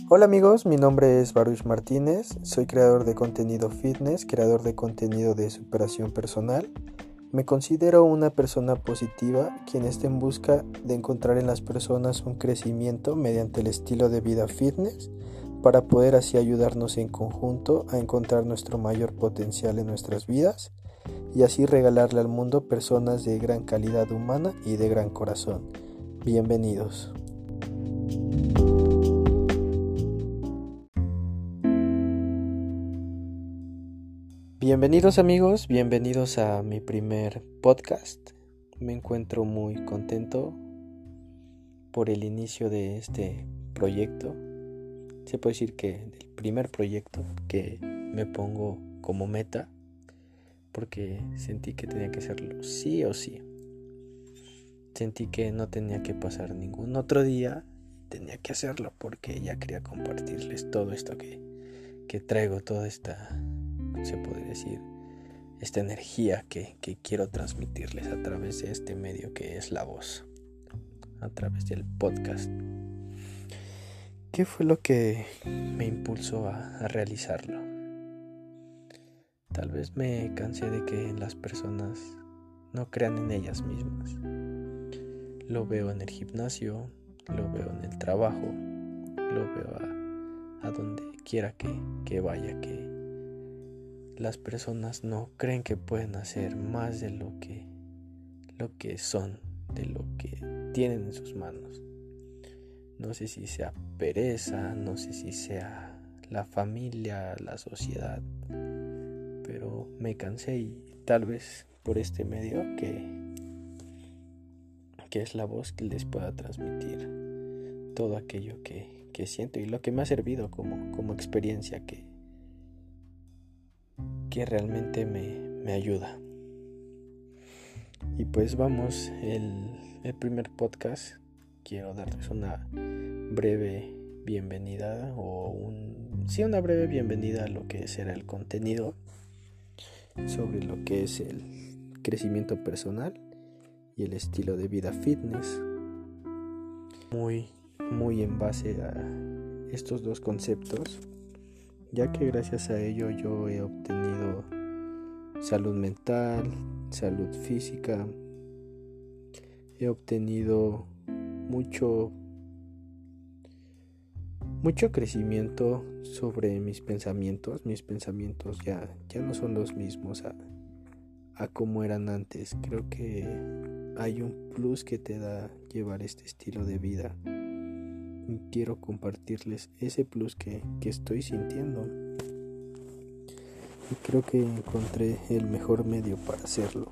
Hola amigos, mi nombre es Baruch Martínez, soy creador de contenido fitness, creador de contenido de superación personal. Me considero una persona positiva, quien está en busca de encontrar en las personas un crecimiento mediante el estilo de vida fitness, para poder así ayudarnos en conjunto a encontrar nuestro mayor potencial en nuestras vidas y así regalarle al mundo personas de gran calidad humana y de gran corazón. Bienvenidos. Bienvenidos amigos, bienvenidos a mi primer podcast. Me encuentro muy contento por el inicio de este proyecto. Se puede decir que del primer proyecto que me pongo como meta, porque sentí que tenía que hacerlo sí o sí. Sentí que no tenía que pasar ningún otro día, tenía que hacerlo porque ya quería compartirles todo esto que traigo, toda esta, se puede decir, esta energía que quiero transmitirles a través de este medio que es la voz, a través del podcast. ¿Qué fue lo que me impulsó a realizarlo? Tal vez me cansé de que las personas no crean en ellas mismas. Lo veo en el gimnasio, lo veo en el trabajo, lo veo a donde quiera que vaya, que las personas no creen que pueden hacer más de lo que son, de lo que tienen en sus manos. No sé si sea pereza, no sé si sea la familia, la sociedad, pero me cansé y tal vez por este medio que es la voz que les pueda transmitir todo aquello que siento y lo que me ha servido como experiencia que realmente me ayuda. Y pues vamos, el primer podcast. Quiero darles una breve bienvenida una breve bienvenida a lo que será el contenido sobre lo que es el crecimiento personal y el estilo de vida fitness, muy en base a estos dos conceptos, ya que gracias a ello yo he obtenido salud mental, salud física, he obtenido mucho crecimiento sobre mis pensamientos. Mis pensamientos ya no son los mismos a como eran antes. Creo que hay un plus que te da llevar este estilo de vida y quiero compartirles ese plus que estoy sintiendo, y creo que encontré el mejor medio para hacerlo,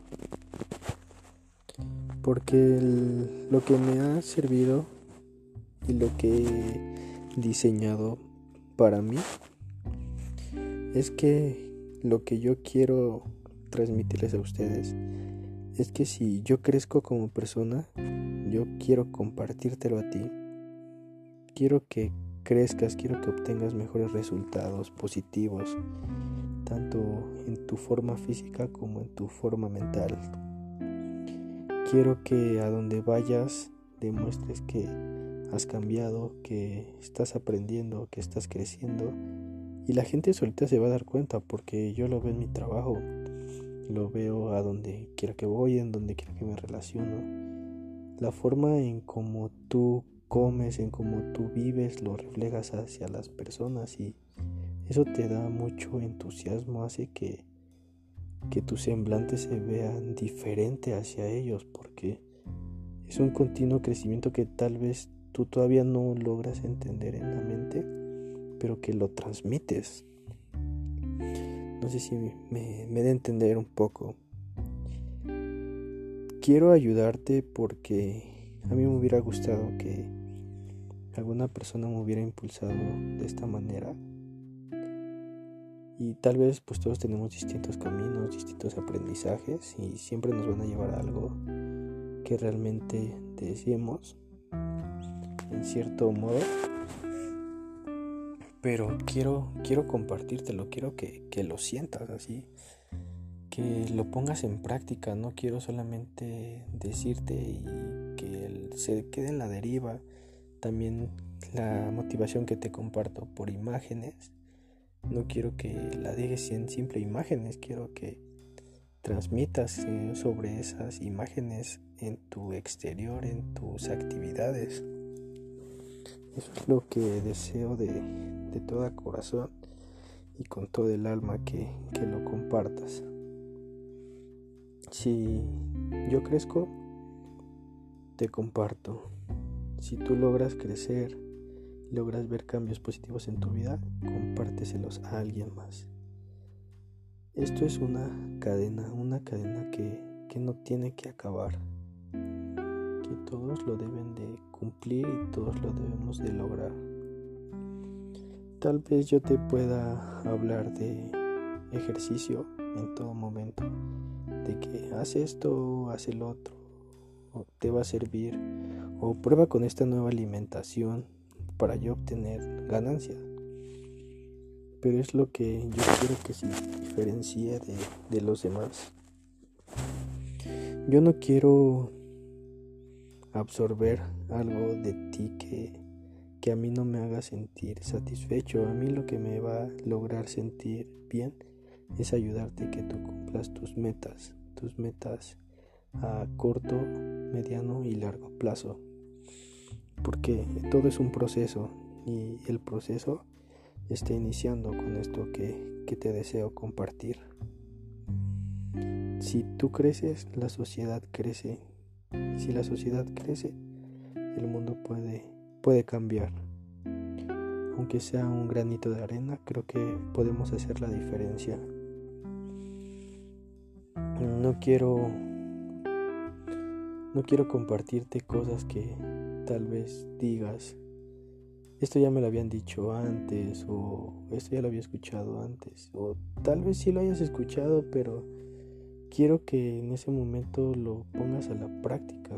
porque lo que me ha servido y lo que he diseñado para mí es que lo que yo quiero transmitirles a ustedes es que si yo crezco como persona, yo quiero compartírtelo a ti. Quiero que crezcas, quiero que obtengas mejores resultados positivos, tanto en tu forma física como en tu forma mental. Quiero que a donde vayas demuestres que has cambiado, que estás aprendiendo, que estás creciendo, y la gente solita se va a dar cuenta, porque yo lo veo en mi trabajo, lo veo a donde quiera que voy, en donde quiera que me relaciono. La forma en cómo tú comes, en cómo tú vives, lo reflejas hacia las personas, y eso te da mucho entusiasmo, hace que tu semblante se vea diferente hacia ellos, porque es un continuo crecimiento que tal vez tú todavía no logras entender en la mente, pero que lo transmites. No sé si me de entender un poco. Quiero ayudarte porque a mí me hubiera gustado que alguna persona me hubiera impulsado de esta manera. Y tal vez pues todos tenemos distintos caminos, distintos aprendizajes, y siempre nos van a llevar a algo que realmente deseemos, en cierto modo. Pero quiero compartírtelo, quiero que lo sientas así, que lo pongas en práctica. No quiero solamente decirte y que se quede en la deriva. También la motivación que te comparto por imágenes, no quiero que la dejes en simple imágenes, quiero que transmitas sobre esas imágenes en tu exterior, en tus actividades. Eso es lo que deseo de todo corazón y con todo el alma, que lo compartas. Si yo crezco, te comparto. Si tú logras crecer, logras ver cambios positivos en tu vida, compárteselos a alguien más. Esto es una cadena que no tiene que acabar, que todos lo deben de cumplir y todos lo debemos de lograr. Tal vez yo te pueda hablar de ejercicio en todo momento, de que haz esto, haz el otro, o te va a servir, o prueba con esta nueva alimentación para yo obtener ganancias. Pero es lo que yo quiero que se diferencie de los demás. Yo no quiero absorber algo de ti que a mí no me haga sentir satisfecho. A mí lo que me va a lograr sentir bien es ayudarte, que tú cumplas tus metas a corto, mediano y largo plazo. Porque todo es un proceso y el proceso está iniciando con esto que te deseo compartir. Si tú creces, la sociedad crece. Y si la sociedad crece, el mundo puede cambiar. Aunque sea un granito de arena, creo que podemos hacer la diferencia. No quiero compartirte cosas que tal vez digas, esto ya me lo habían dicho antes, o esto ya lo había escuchado antes, o tal vez sí lo hayas escuchado, pero quiero que en ese momento lo pongas a la práctica.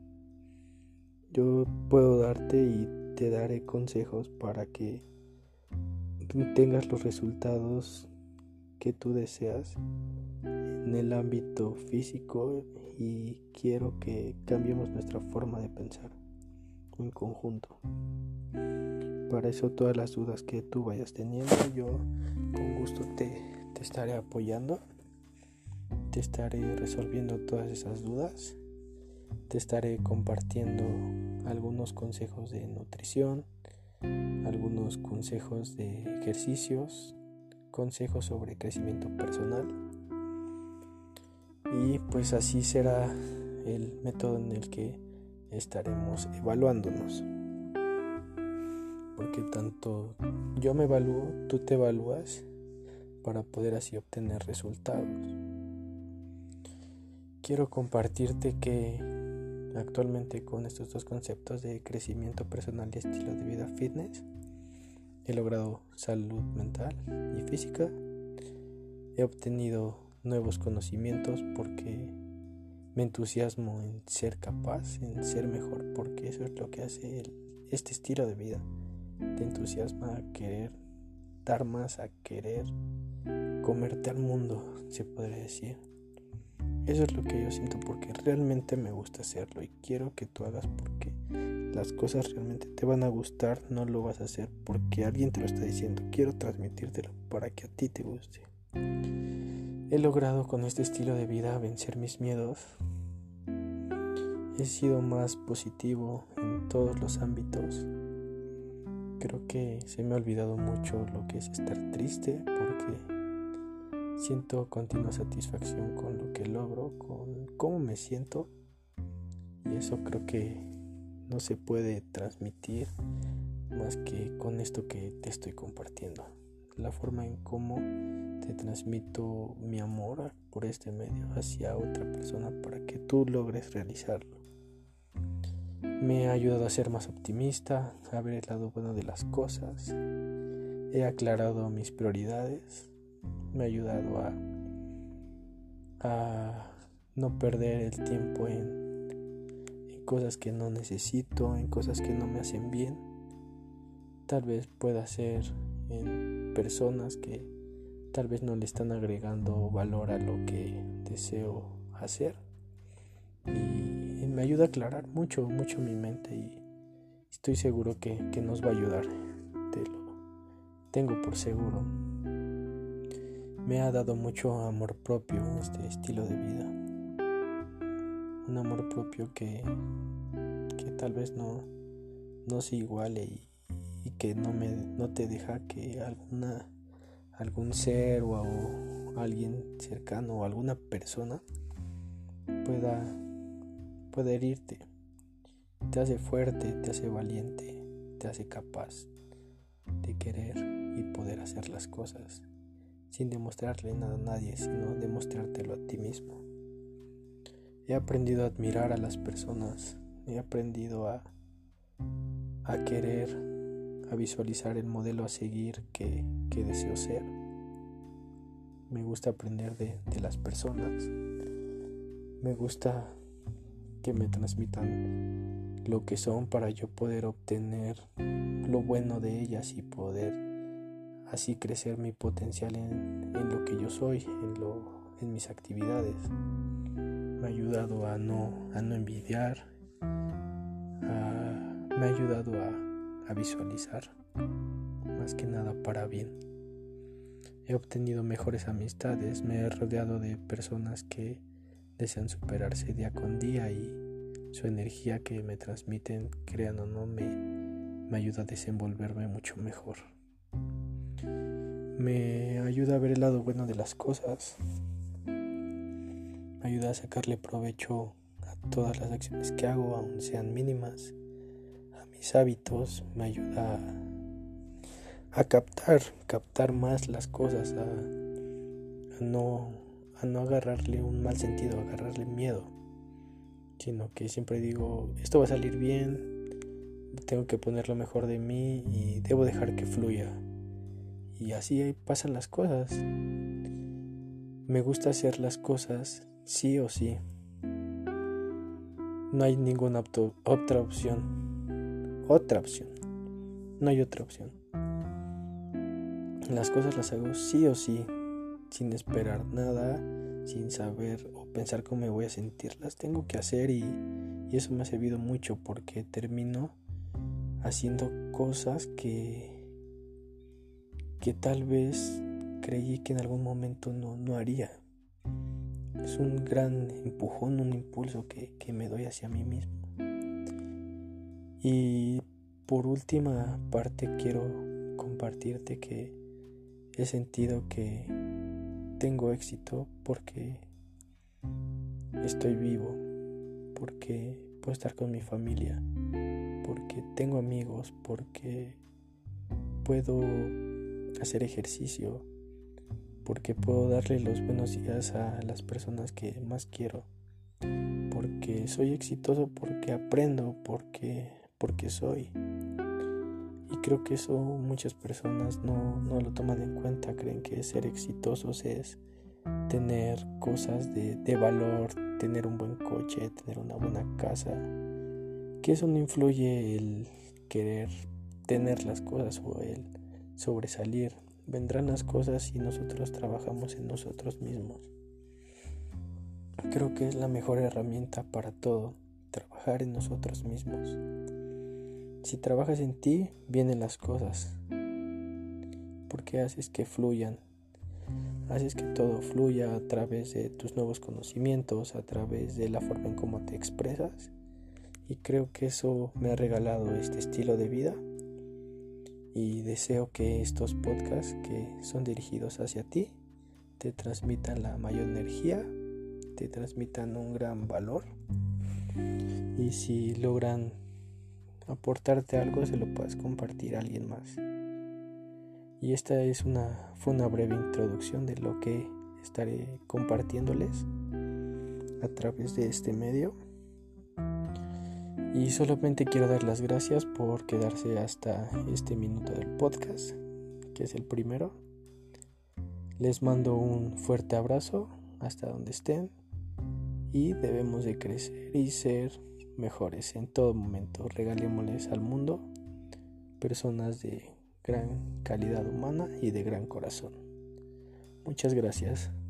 Yo puedo darte y te daré consejos para que tengas los resultados que tú deseas en el ámbito físico, y quiero que cambiemos nuestra forma de pensar en conjunto. Para eso, todas las dudas que tú vayas teniendo, yo con gusto te estaré apoyando, te estaré resolviendo todas esas dudas, te estaré compartiendo algunos consejos de nutrición, algunos consejos de ejercicios, consejos sobre crecimiento personal. Y pues así será el método en el que estaremos evaluándonos. Porque tanto yo me evalúo, tú te evalúas, para poder así obtener resultados. Quiero compartirte que actualmente, con estos dos conceptos de crecimiento personal y estilo de vida fitness, he logrado salud mental y física. He obtenido nuevos conocimientos porque me entusiasmo en ser capaz, en ser mejor, porque eso es lo que hace este estilo de vida. Te entusiasma a querer dar más, a querer comerte al mundo, se podría decir. Eso es lo que yo siento, porque realmente me gusta hacerlo y quiero que tú hagas, porque las cosas realmente te van a gustar. No lo vas a hacer porque alguien te lo está diciendo. Quiero transmitírtelo para que a ti te guste. He logrado con este estilo de vida vencer mis miedos. He sido más positivo en todos los ámbitos. Creo que se me ha olvidado mucho lo que es estar triste, porque siento continua satisfacción con lo que logro, con cómo me siento, y eso creo que no se puede transmitir más que con esto que te estoy compartiendo. La forma en cómo te transmito mi amor por este medio hacia otra persona para que tú logres realizarlo. Me ha ayudado a ser más optimista, a ver el lado bueno de las cosas. He aclarado mis prioridades. Me ha ayudado a no perder el tiempo en cosas que no necesito, en cosas que no me hacen bien. Tal vez pueda ser en personas que tal vez no le están agregando valor a lo que deseo hacer. Y me ayuda a aclarar mucho mi mente, Estoy seguro que nos va a ayudar. Tengo por seguro. Me ha dado mucho amor propio este estilo de vida. Un amor propio que tal vez no se iguale y que no te deja que algún ser o alguien cercano o alguna persona pueda herirte. Te hace fuerte, te hace valiente, te hace capaz de querer y poder hacer las cosas sin demostrarle nada a nadie, sino demostrártelo a ti mismo. He aprendido a admirar a las personas, he aprendido a querer, a visualizar el modelo a seguir que deseo ser. Me gusta aprender de las personas, me gusta que me transmitan lo que son para yo poder obtener lo bueno de ellas y poder así crecer mi potencial en lo que yo soy, en mis actividades. Me ha ayudado a no envidiar, me ha ayudado a visualizar, más que nada para bien. He obtenido mejores amistades, me he rodeado de personas que desean superarse día con día y su energía que me transmiten, crean o no, me ayuda a desenvolverme mucho mejor. Me ayuda a ver el lado bueno de las cosas, me ayuda a sacarle provecho a todas las acciones que hago, aun sean mínimas, a mis hábitos, me ayuda a captar más las cosas, a no agarrarle un mal sentido, a agarrarle miedo, sino que siempre digo, esto va a salir bien, tengo que poner lo mejor de mí y debo dejar que fluya. Y así pasan las cosas. Me gusta hacer las cosas sí o sí. No hay ninguna otra opción. No hay otra opción. Las cosas las hago sí o sí, sin esperar nada, sin saber o pensar cómo me voy a sentir. Las tengo que hacer y eso me ha servido mucho porque termino haciendo cosas que tal vez creí que en algún momento no haría. Es un gran empujón, un impulso que me doy hacia mí mismo. Y por última parte quiero compartirte que he sentido que tengo éxito porque estoy vivo, porque puedo estar con mi familia, porque tengo amigos, porque puedo hacer ejercicio, porque puedo darle los buenos días a las personas que más quiero, porque soy exitoso, porque aprendo, porque soy. Y creo que eso muchas personas no lo toman en cuenta. Creen que ser exitosos es tener cosas de valor, tener un buen coche, tener una buena casa, que eso no influye el querer tener las cosas o el sobresalir. Vendrán las cosas si nosotros trabajamos en nosotros mismos. Creo que es la mejor herramienta para todo, trabajar en nosotros mismos. Si trabajas en ti, vienen las cosas, porque haces que fluyan, haces que todo fluya a través de tus nuevos conocimientos, a través de la forma en cómo te expresas, y creo que eso me ha regalado este estilo de vida. Y deseo que estos podcasts que son dirigidos hacia ti te transmitan la mayor energía, te transmitan un gran valor. Y si logran aportarte algo, se lo puedas compartir a alguien más. Y esta fue una breve introducción de lo que estaré compartiéndoles a través de este medio. Y solamente quiero dar las gracias por quedarse hasta este minuto del podcast, que es el primero. Les mando un fuerte abrazo hasta donde estén y debemos de crecer y ser mejores en todo momento. Regalémosles al mundo personas de gran calidad humana y de gran corazón. Muchas gracias.